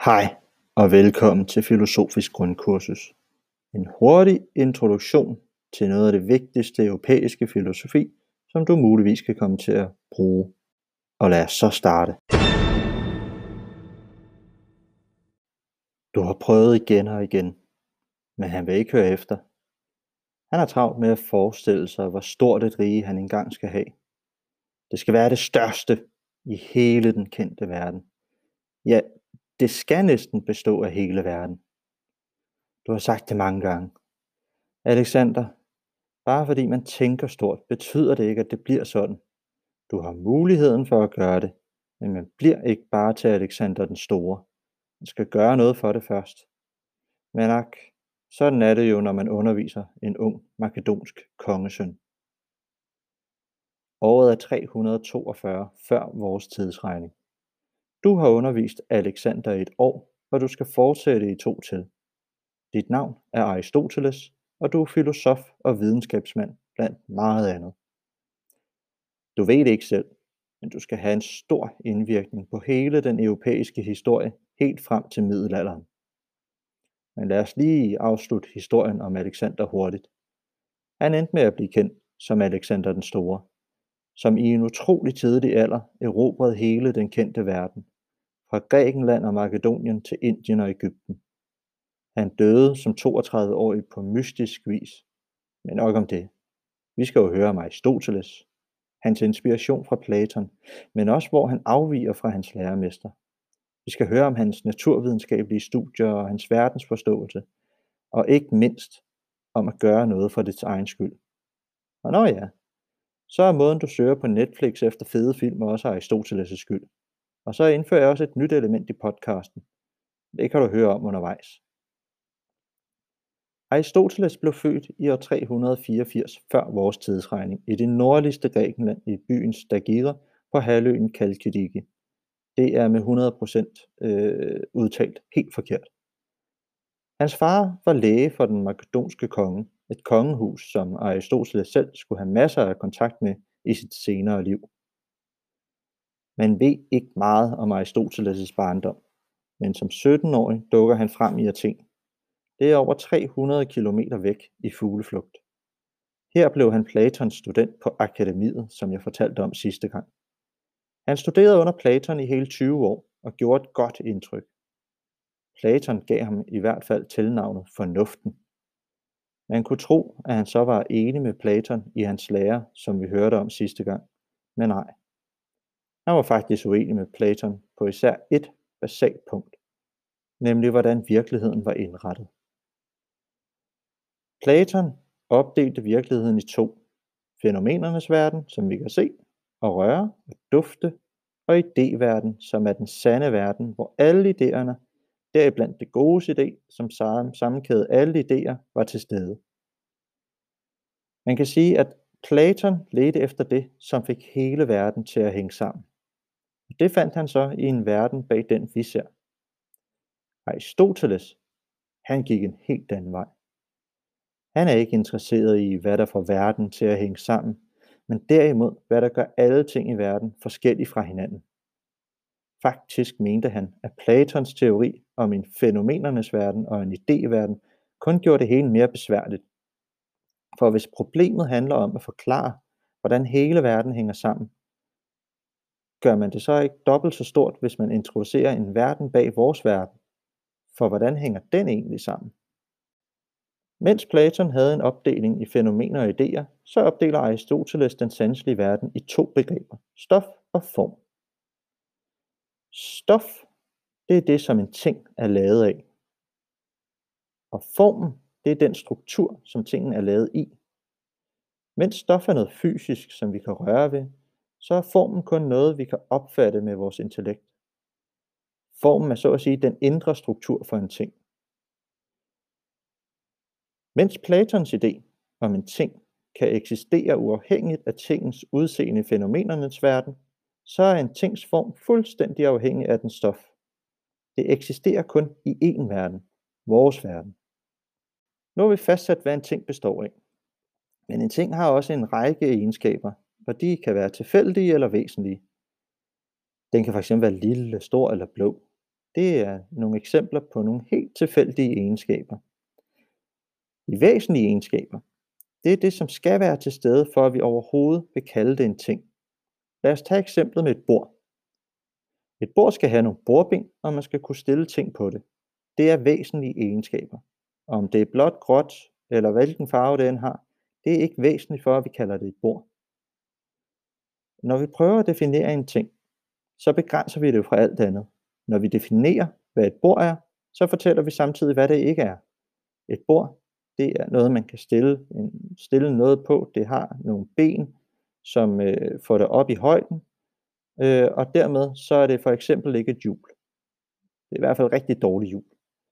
Hej og velkommen til Filosofisk Grundkursus. En hurtig introduktion til noget af det vigtigste europæiske filosofi, som du muligvis kan komme til at bruge. Og lad os så starte. Du har prøvet igen og igen, men han vil ikke høre efter. Han har travlt med at forestille sig, hvor stort et rige han engang skal have. Det skal være det største i hele den kendte verden. Ja, det skal næsten bestå af hele verden. Du har sagt det mange gange. Alexander, bare fordi man tænker stort, betyder det ikke, at det bliver sådan. Du har muligheden for at gøre det, men man bliver ikke bare til Alexander den Store. Man skal gøre noget for det først. Men ak, sådan er det jo, når man underviser en ung makedonsk kongesøn. Året er 342 før vores tidsregning. Du har undervist Alexander i et år, og du skal fortsætte i 2 til. Dit navn er Aristoteles, og du er filosof og videnskabsmand blandt meget andet. Du ved det ikke selv, men du skal have en stor indvirkning på hele den europæiske historie helt frem til middelalderen. Men lad os lige afslutte historien om Alexander hurtigt. Han endte med at blive kendt som Alexander den Store, som i en utrolig tidlig alder erobrede hele den kendte verden, fra Grækenland og Makedonien til Indien og Egypten. Han døde som 32-årig på mystisk vis, men nok om det. Vi skal jo høre om Aristoteles, hans inspiration fra Platon, men også hvor han afviger fra hans læremester. Vi skal høre om hans naturvidenskabelige studier og hans verdensforståelse, og ikke mindst om at gøre noget for dets egen skyld. Og nå ja, så er måden du søger på Netflix efter fede film også Aristoteles' skyld. Og så indfører jeg også et nyt element i podcasten. Det kan du høre om undervejs. Aristoteles blev født i år 384 før vores tidsregning i det nordligste Grækenland i byen Stagira på halvøen Kalkidiki. Det er med 100% udtalt helt forkert. Hans far var læge for den makedonske konge, et kongehus, som Aristoteles selv skulle have masser af kontakt med i sit senere liv. Man ved ikke meget om Aristoteles' barndom, men som 17-årig dukker han frem i Athen. Det er over 300 kilometer væk i fugleflugt. Her blev han Platons student på akademiet, som jeg fortalte om sidste gang. Han studerede under Platon i hele 20 år og gjorde et godt indtryk. Platon gav ham i hvert fald tilnavnet Fornuften. Man kunne tro, at han så var enig med Platon i hans lære, som vi hørte om sidste gang, men nej. Han var faktisk uenig med Platon på især et basalt punkt, nemlig hvordan virkeligheden var indrettet. Platon opdelte virkeligheden i 2. Fænomenernes verden, som vi kan se og røre og dufte, og idéverden, som er den sande verden, hvor alle idéerne, deriblandt det gode idé, som sammenkædede alle idéer, var til stede. Man kan sige, at Platon ledte efter det, som fik hele verden til at hænge sammen. Det fandt han så i en verden bag den, vi ser. Aristoteles, han gik en helt anden vej. Han er ikke interesseret i, hvad der får verden til at hænge sammen, men derimod, hvad der gør alle ting i verden forskellige fra hinanden. Faktisk mente han, at Platons teori om en fænomenernes verden og en idéverden kun gjorde det hele mere besværligt. For hvis problemet handler om at forklare, hvordan hele verden hænger sammen, gør man det så ikke dobbelt så stort, hvis man introducerer en verden bag vores verden? For hvordan hænger den egentlig sammen? Mens Platon havde en opdeling i fænomener og idéer, så opdeler Aristoteles den sanselige verden i 2 begreber, stof og form. Stof, det er det, som en ting er lavet af. Og formen, det er den struktur, som tingen er lavet i. Mens stof er noget fysisk, som vi kan røre ved, så er formen kun noget, vi kan opfatte med vores intellekt. Formen er så at sige den indre struktur for en ting. Mens Platons idé om en ting kan eksistere uafhængigt af tingens udseende i fænomenernes verden, så er en tings form fuldstændig afhængig af dens stof. Det eksisterer kun i én verden, vores verden. Nu har vi fastsat, hvad en ting består af. Men en ting har også en række egenskaber, og de kan være tilfældige eller væsentlige. Den kan fx være lille, stor eller blå. Det er nogle eksempler på nogle helt tilfældige egenskaber. De væsentlige egenskaber, det er det, som skal være til stede, for at vi overhovedet vil kalde det en ting. Lad os tage eksemplet med et bord. Et bord skal have nogle bordben, og man skal kunne stille ting på det. Det er væsentlige egenskaber. Om det er blåt, gråt eller hvilken farve det end har, det er ikke væsentligt for, at vi kalder det et bord. Når vi prøver at definere en ting, så begrænser vi det jo fra alt andet. Når vi definerer, hvad et bord er, så fortæller vi samtidig, hvad det ikke er. Et bord, det er noget, man kan stille noget på. Det har nogle ben, som får det op i højden, og dermed så er det for eksempel ikke et hjul. Det er i hvert fald et rigtig dårligt hjul.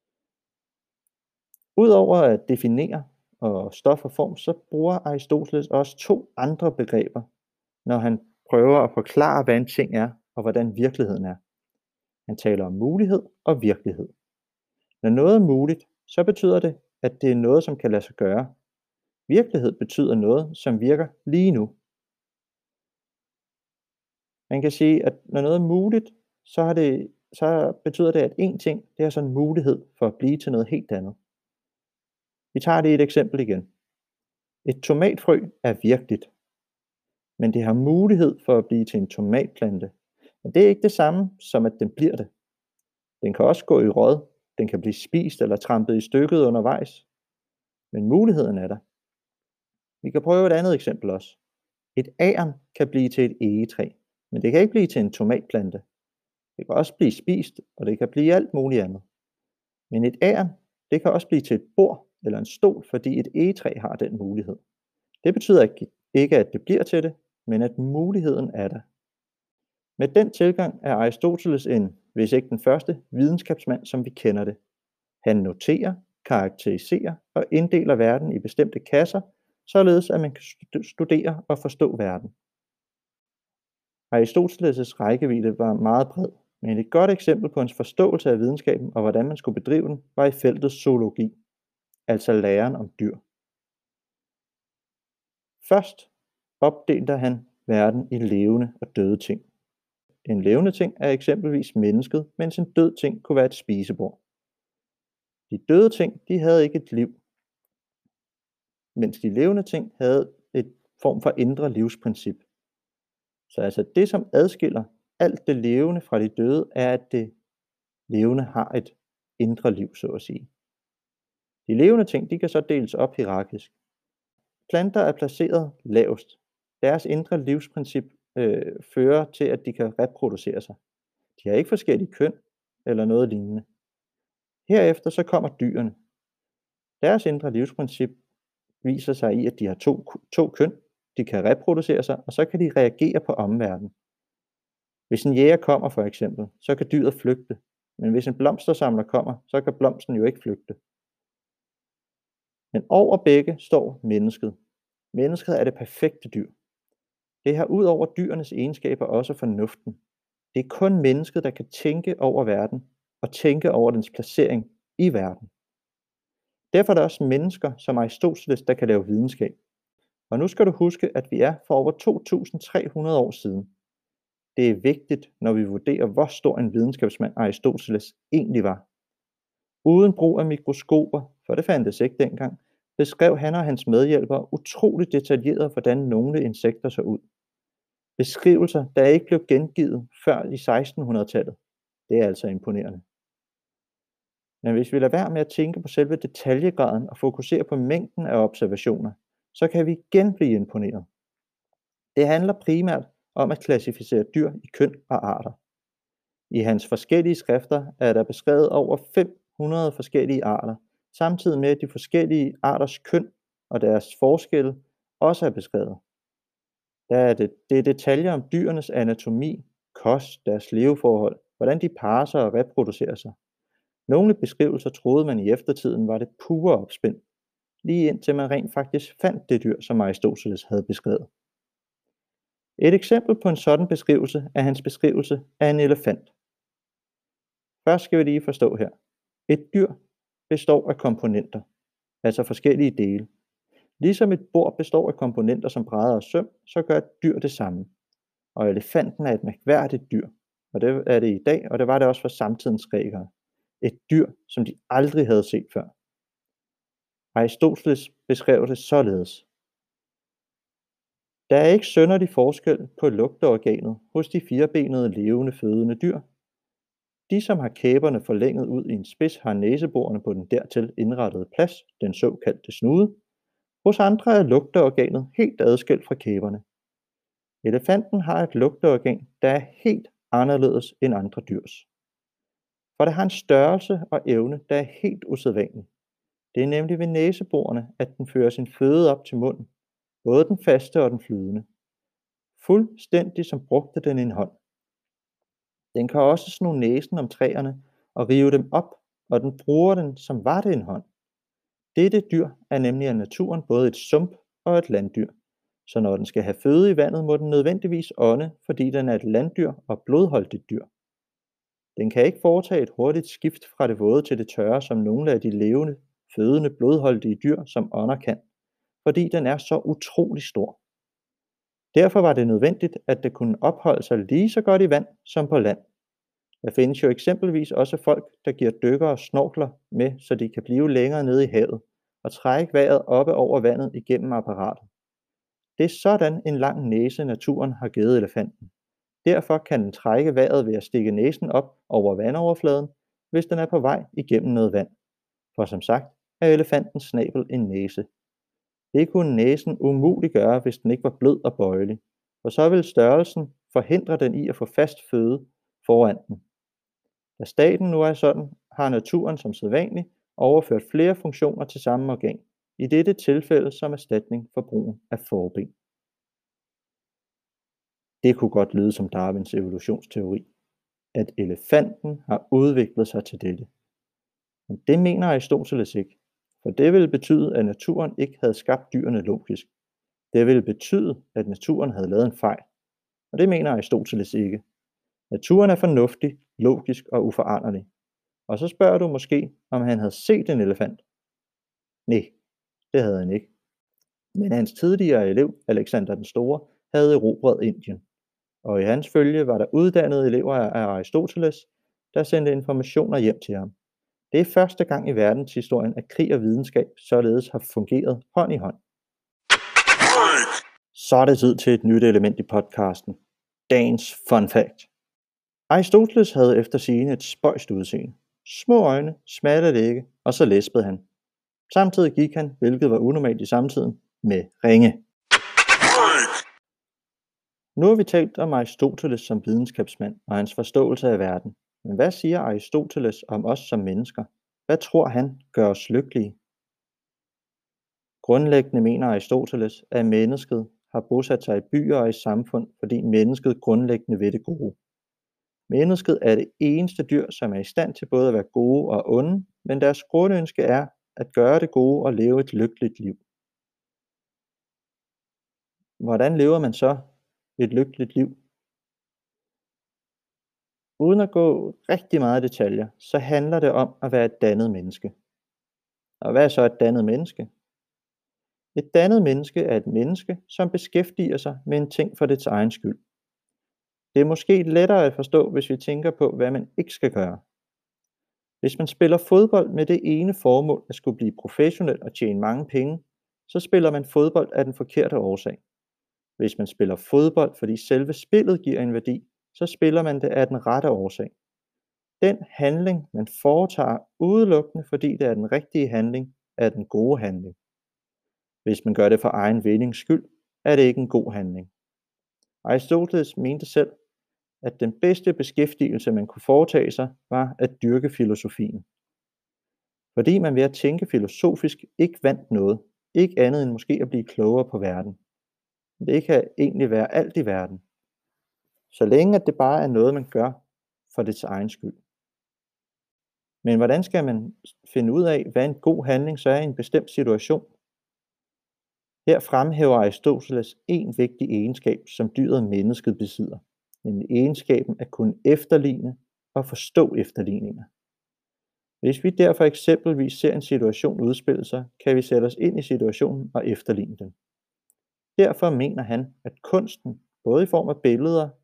Udover at definere og stof og form, så bruger Aristoteles også 2 andre begreber, når han prøver at forklare, hvad en ting er, og hvordan virkeligheden er. Han taler om mulighed og virkelighed. Når noget er muligt, så betyder det, at det er noget, som kan lade sig gøre. Virkelighed betyder noget, som virker lige nu. Man kan sige, at når noget er muligt, så betyder det, at én ting, det er sådan en mulighed for at blive til noget helt andet. Vi tager det et eksempel igen. Et tomatfrø er virkeligt, men det har mulighed for at blive til en tomatplante. Men det er ikke det samme som, at den bliver det. Den kan også gå i råd, den kan blive spist eller trampet i stykket undervejs. Men muligheden er der. Vi kan prøve et andet eksempel også. Et agern kan blive til et egetræ, men det kan ikke blive til en tomatplante. Det kan også blive spist, og det kan blive alt muligt andet. Men et agern, det kan også blive til et bord eller en stol, fordi et egetræ har den mulighed. Det betyder ikke, at det bliver til det, men at muligheden er der. Med den tilgang er Aristoteles hvis ikke den første, videnskabsmand, som vi kender det. Han noterer, karakteriserer og inddeler verden i bestemte kasser, således at man kan studere og forstå verden. Aristoteles' rækkevidde var meget bred, men et godt eksempel på hans forståelse af videnskaben og hvordan man skulle bedrive den, var i feltet zoologi, altså læren om dyr. Først opdelte han verden i levende og døde ting. En levende ting er eksempelvis mennesket, mens en død ting kunne være et spisebord. De døde ting, de havde ikke et liv, mens de levende ting havde et form for indre livsprincip. Så altså det, som adskiller alt det levende fra de døde, er, at det levende har et indre liv, så at sige. De levende ting, de kan så deles op hierarkisk. Planter er placeret lavest. Deres indre livsprincip fører til, at de kan reproducere sig. De har ikke forskellige køn eller noget lignende. Herefter så kommer dyrene. Deres indre livsprincip viser sig i, at de har to køn, de kan reproducere sig, og så kan de reagere på omverdenen. Hvis en jæger kommer for eksempel, så kan dyret flygte, men hvis en blomstersamler kommer, så kan blomsten jo ikke flygte. Men over begge står mennesket. Mennesket er det perfekte dyr. Det har ud over dyrenes egenskaber også fornuften. Det er kun mennesket, der kan tænke over verden og tænke over dens placering i verden. Derfor er der også mennesker som Aristoteles, der kan lave videnskab. Og nu skal du huske, at vi er for over 2300 år siden. Det er vigtigt, når vi vurderer, hvor stor en videnskabsmand Aristoteles egentlig var. Uden brug af mikroskoper, for det fandtes ikke dengang, beskrev han og hans medhjælpere utroligt detaljeret, hvordan nogle insekter så ud. Beskrivelser, der ikke blev gengivet før i 1600-tallet. Det er altså imponerende. Men hvis vi lader være med at tænke på selve detaljegraden og fokusere på mængden af observationer, så kan vi igen blive imponeret. Det handler primært om at klassificere dyr i køn og arter. I hans forskellige skrifter er der beskrevet over 500 forskellige arter, samtidig med at de forskellige arters køn og deres forskelle også er beskrevet. Det er detaljer om dyrenes anatomi, kost, deres leveforhold, hvordan de parrer sig og reproducerer sig. Nogle beskrivelser troede man i eftertiden var det pure opspind, lige indtil man rent faktisk fandt det dyr, som Aristoteles havde beskrevet. Et eksempel på en sådan beskrivelse er hans beskrivelse af en elefant. Først skal vi lige forstå her. Et dyr består af komponenter, altså forskellige dele. Ligesom et bord består af komponenter som brædder og søm, så gør et dyr det samme. Og elefanten er et mærkværdigt dyr. og det er det i dag, og det var det også for samtidens grækere. Et dyr, som de aldrig havde set før. Aristoteles beskrev det således: Der er ikke synderlig forskel på lugteorganet hos de firbenede levende fødende dyr. De, som har kæberne forlænget ud i en spids, har næseborene på den dertil indrettede plads, den såkaldte snude. Hos andre er lugteorganet helt adskilt fra kæberne. Elefanten har et lugteorgan, der er helt anderledes end andre dyrs. For det har en størrelse og evne, der er helt usædvanlig. Det er nemlig ved næseborene, at den fører sin føde op til munden, både den faste og den flydende. Fuldstændig som brugte den en hånd. Den kan også sno næsen om træerne og rive dem op, og den bruger den, som var det en hånd. Dette dyr er nemlig af naturen både et sump og et landdyr, så når den skal have føde i vandet, må den nødvendigvis ånde, fordi den er et landdyr og blodholdigt dyr. Den kan ikke foretage et hurtigt skift fra det våde til det tørre, som nogle af de levende, fødende, blodholdige dyr, som ånder kan, fordi den er så utrolig stor. Derfor var det nødvendigt, at det kunne opholde sig lige så godt i vand som på land. Der findes jo eksempelvis også folk, der giver dykkere snorkler med, så de kan blive længere nede i havet og trække vejret oppe over vandet igennem apparatet. Det er sådan en lang næse, naturen har givet elefanten. Derfor kan den trække vejret ved at stikke næsen op over vandoverfladen, hvis den er på vej igennem noget vand. For som sagt er elefantens snabel en næse. Det kunne næsen umuligt gøre, hvis den ikke var blød og bøjelig, for så ville størrelsen forhindre den i at få fast føde foran den. Da staten nu er sådan, har naturen som sædvanligt overført flere funktioner til samme organ, i dette tilfælde som erstatning for brugen af forben. Det kunne godt lyde som Darwins evolutionsteori, at elefanten har udviklet sig til dette. Men det mener Aristoteles ikke, for det ville betyde, at naturen ikke havde skabt dyrene logisk. Det ville betyde, at naturen havde lavet en fejl, og det mener Aristoteles ikke. Naturen er fornuftig, logisk og uforanderlig. Og så spørger du måske, om han havde set en elefant. Nej, det havde han ikke. Men hans tidligere elev, Alexander den Store, havde erobret Indien. Og i hans følge var der uddannede elever af Aristoteles, der sendte informationer hjem til ham. Det er første gang i verdenshistorien, at krig og videnskab således har fungeret hånd i hånd. Så er det tid til et nyt element i podcasten. Dagens fun fact. Aristoteles havde efter sigende et spøjst udseende. Små øjne, smalle lægge, og så læspede han. Samtidig gik han, hvilket var unormalt i samtiden, med ringe. Nu har vi talt om Aristoteles som videnskabsmand og hans forståelse af verden. Men hvad siger Aristoteles om os som mennesker? Hvad tror han gør os lykkelige? Grundlæggende mener Aristoteles, at mennesket har bosat sig i byer og i samfund, fordi mennesket grundlæggende vil det gode. Mennesket er det eneste dyr, som er i stand til både at være gode og onde, men deres grundønske er at gøre det gode og leve et lykkeligt liv. Hvordan lever man så et lykkeligt liv? Uden at gå rigtig meget i detaljer, så handler det om at være et dannet menneske. Og hvad er så et dannet menneske? Et dannet menneske er et menneske, som beskæftiger sig med en ting for dets egen skyld. Det er måske lettere at forstå, hvis vi tænker på, hvad man ikke skal gøre. Hvis man spiller fodbold med det ene formål at skulle blive professionel og tjene mange penge, så spiller man fodbold af den forkerte årsag. Hvis man spiller fodbold, fordi selve spillet giver en værdi, så spiller man det af den rette årsag. Den handling, man foretager udelukkende, fordi det er den rigtige handling, er den gode handling. Hvis man gør det for egen vindings skyld, er det ikke en god handling. Aristoteles mente selv, at den bedste beskæftigelse, man kunne foretage sig, var at dyrke filosofien. Fordi man ved at tænke filosofisk ikke vandt noget, ikke andet end måske at blive klogere på verden. Det kan egentlig være alt i verden. Så længe at det bare er noget, man gør for dets egen skyld. Men hvordan skal man finde ud af, hvad en god handling så er i en bestemt situation? Her fremhæver Aristoteles en vigtig egenskab, som dyret mennesket besidder, nemlig egenskaben at kunne efterligne og forstå efterligninger. Hvis vi derfor eksempelvis ser en situation udspille sig, kan vi sætte os ind i situationen og efterligne den. Derfor mener han, at kunsten, både i form af billeder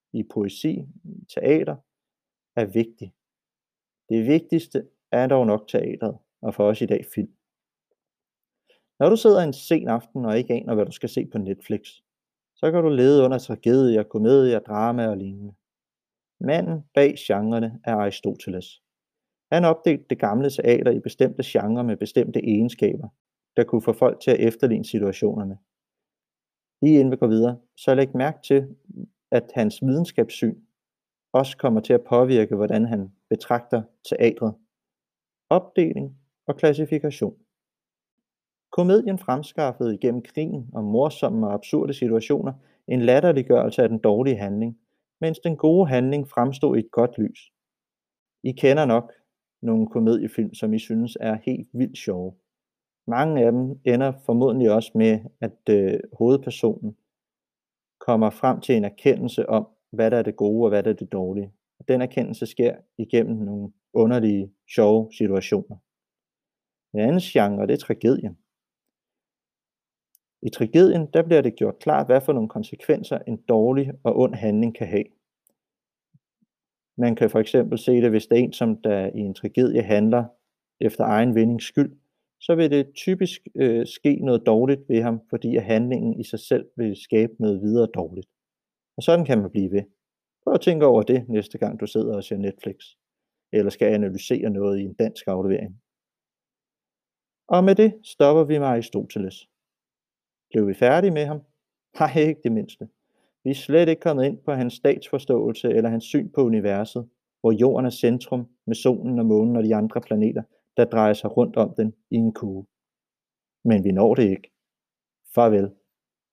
i poesi, i teater, er vigtig. Det vigtigste er dog nok teatret, og for os i dag film. Når du sidder en sen aften og ikke aner, hvad du skal se på Netflix, så kan du lede under tragedier, komedier, drama og lignende. Manden bag genrerne er Aristoteles. Han opdelte det gamle teater i bestemte genrer med bestemte egenskaber, der kunne få folk til at efterligne situationerne. Lige inden vi går videre, så læg mærke til, at hans videnskabssyn også kommer til at påvirke, hvordan han betragter teatret. Opdeling og klassifikation. Komedien fremskaffede igennem krigen og morsomme og absurde situationer en latterliggørelse af den dårlige handling, mens den gode handling fremstod i et godt lys. I kender nok nogle komediefilm, som I synes er helt vildt sjove. Mange af dem ender formodentlig også med, at hovedpersonen kommer frem til en erkendelse om, hvad der er det gode og hvad der er det dårlige. Og den erkendelse sker igennem nogle underlige, sjove situationer. En anden genre, det er tragedien. I tragedien, der bliver det gjort klart, hvad for nogle konsekvenser en dårlig og ond handling kan have. Man kan for eksempel se det, hvis det er en, som der i en tragedie handler efter egen vindings skyld, så vil det typisk ske noget dårligt ved ham, fordi at handlingen i sig selv vil skabe noget videre dårligt. Og sådan kan man blive ved. Prøv at tænke over det næste gang du sidder og ser Netflix, eller skal analysere noget i en dansk aflevering. Og med det stopper vi med Aristoteles. Blev vi færdige med ham? Nej, ikke det mindste. Vi er slet ikke kommet ind på hans statsforståelse eller hans syn på universet, hvor jorden er centrum med solen og månen og de andre planeter, der drejer sig rundt om den i en kugle. Men vi når det ikke. Farvel.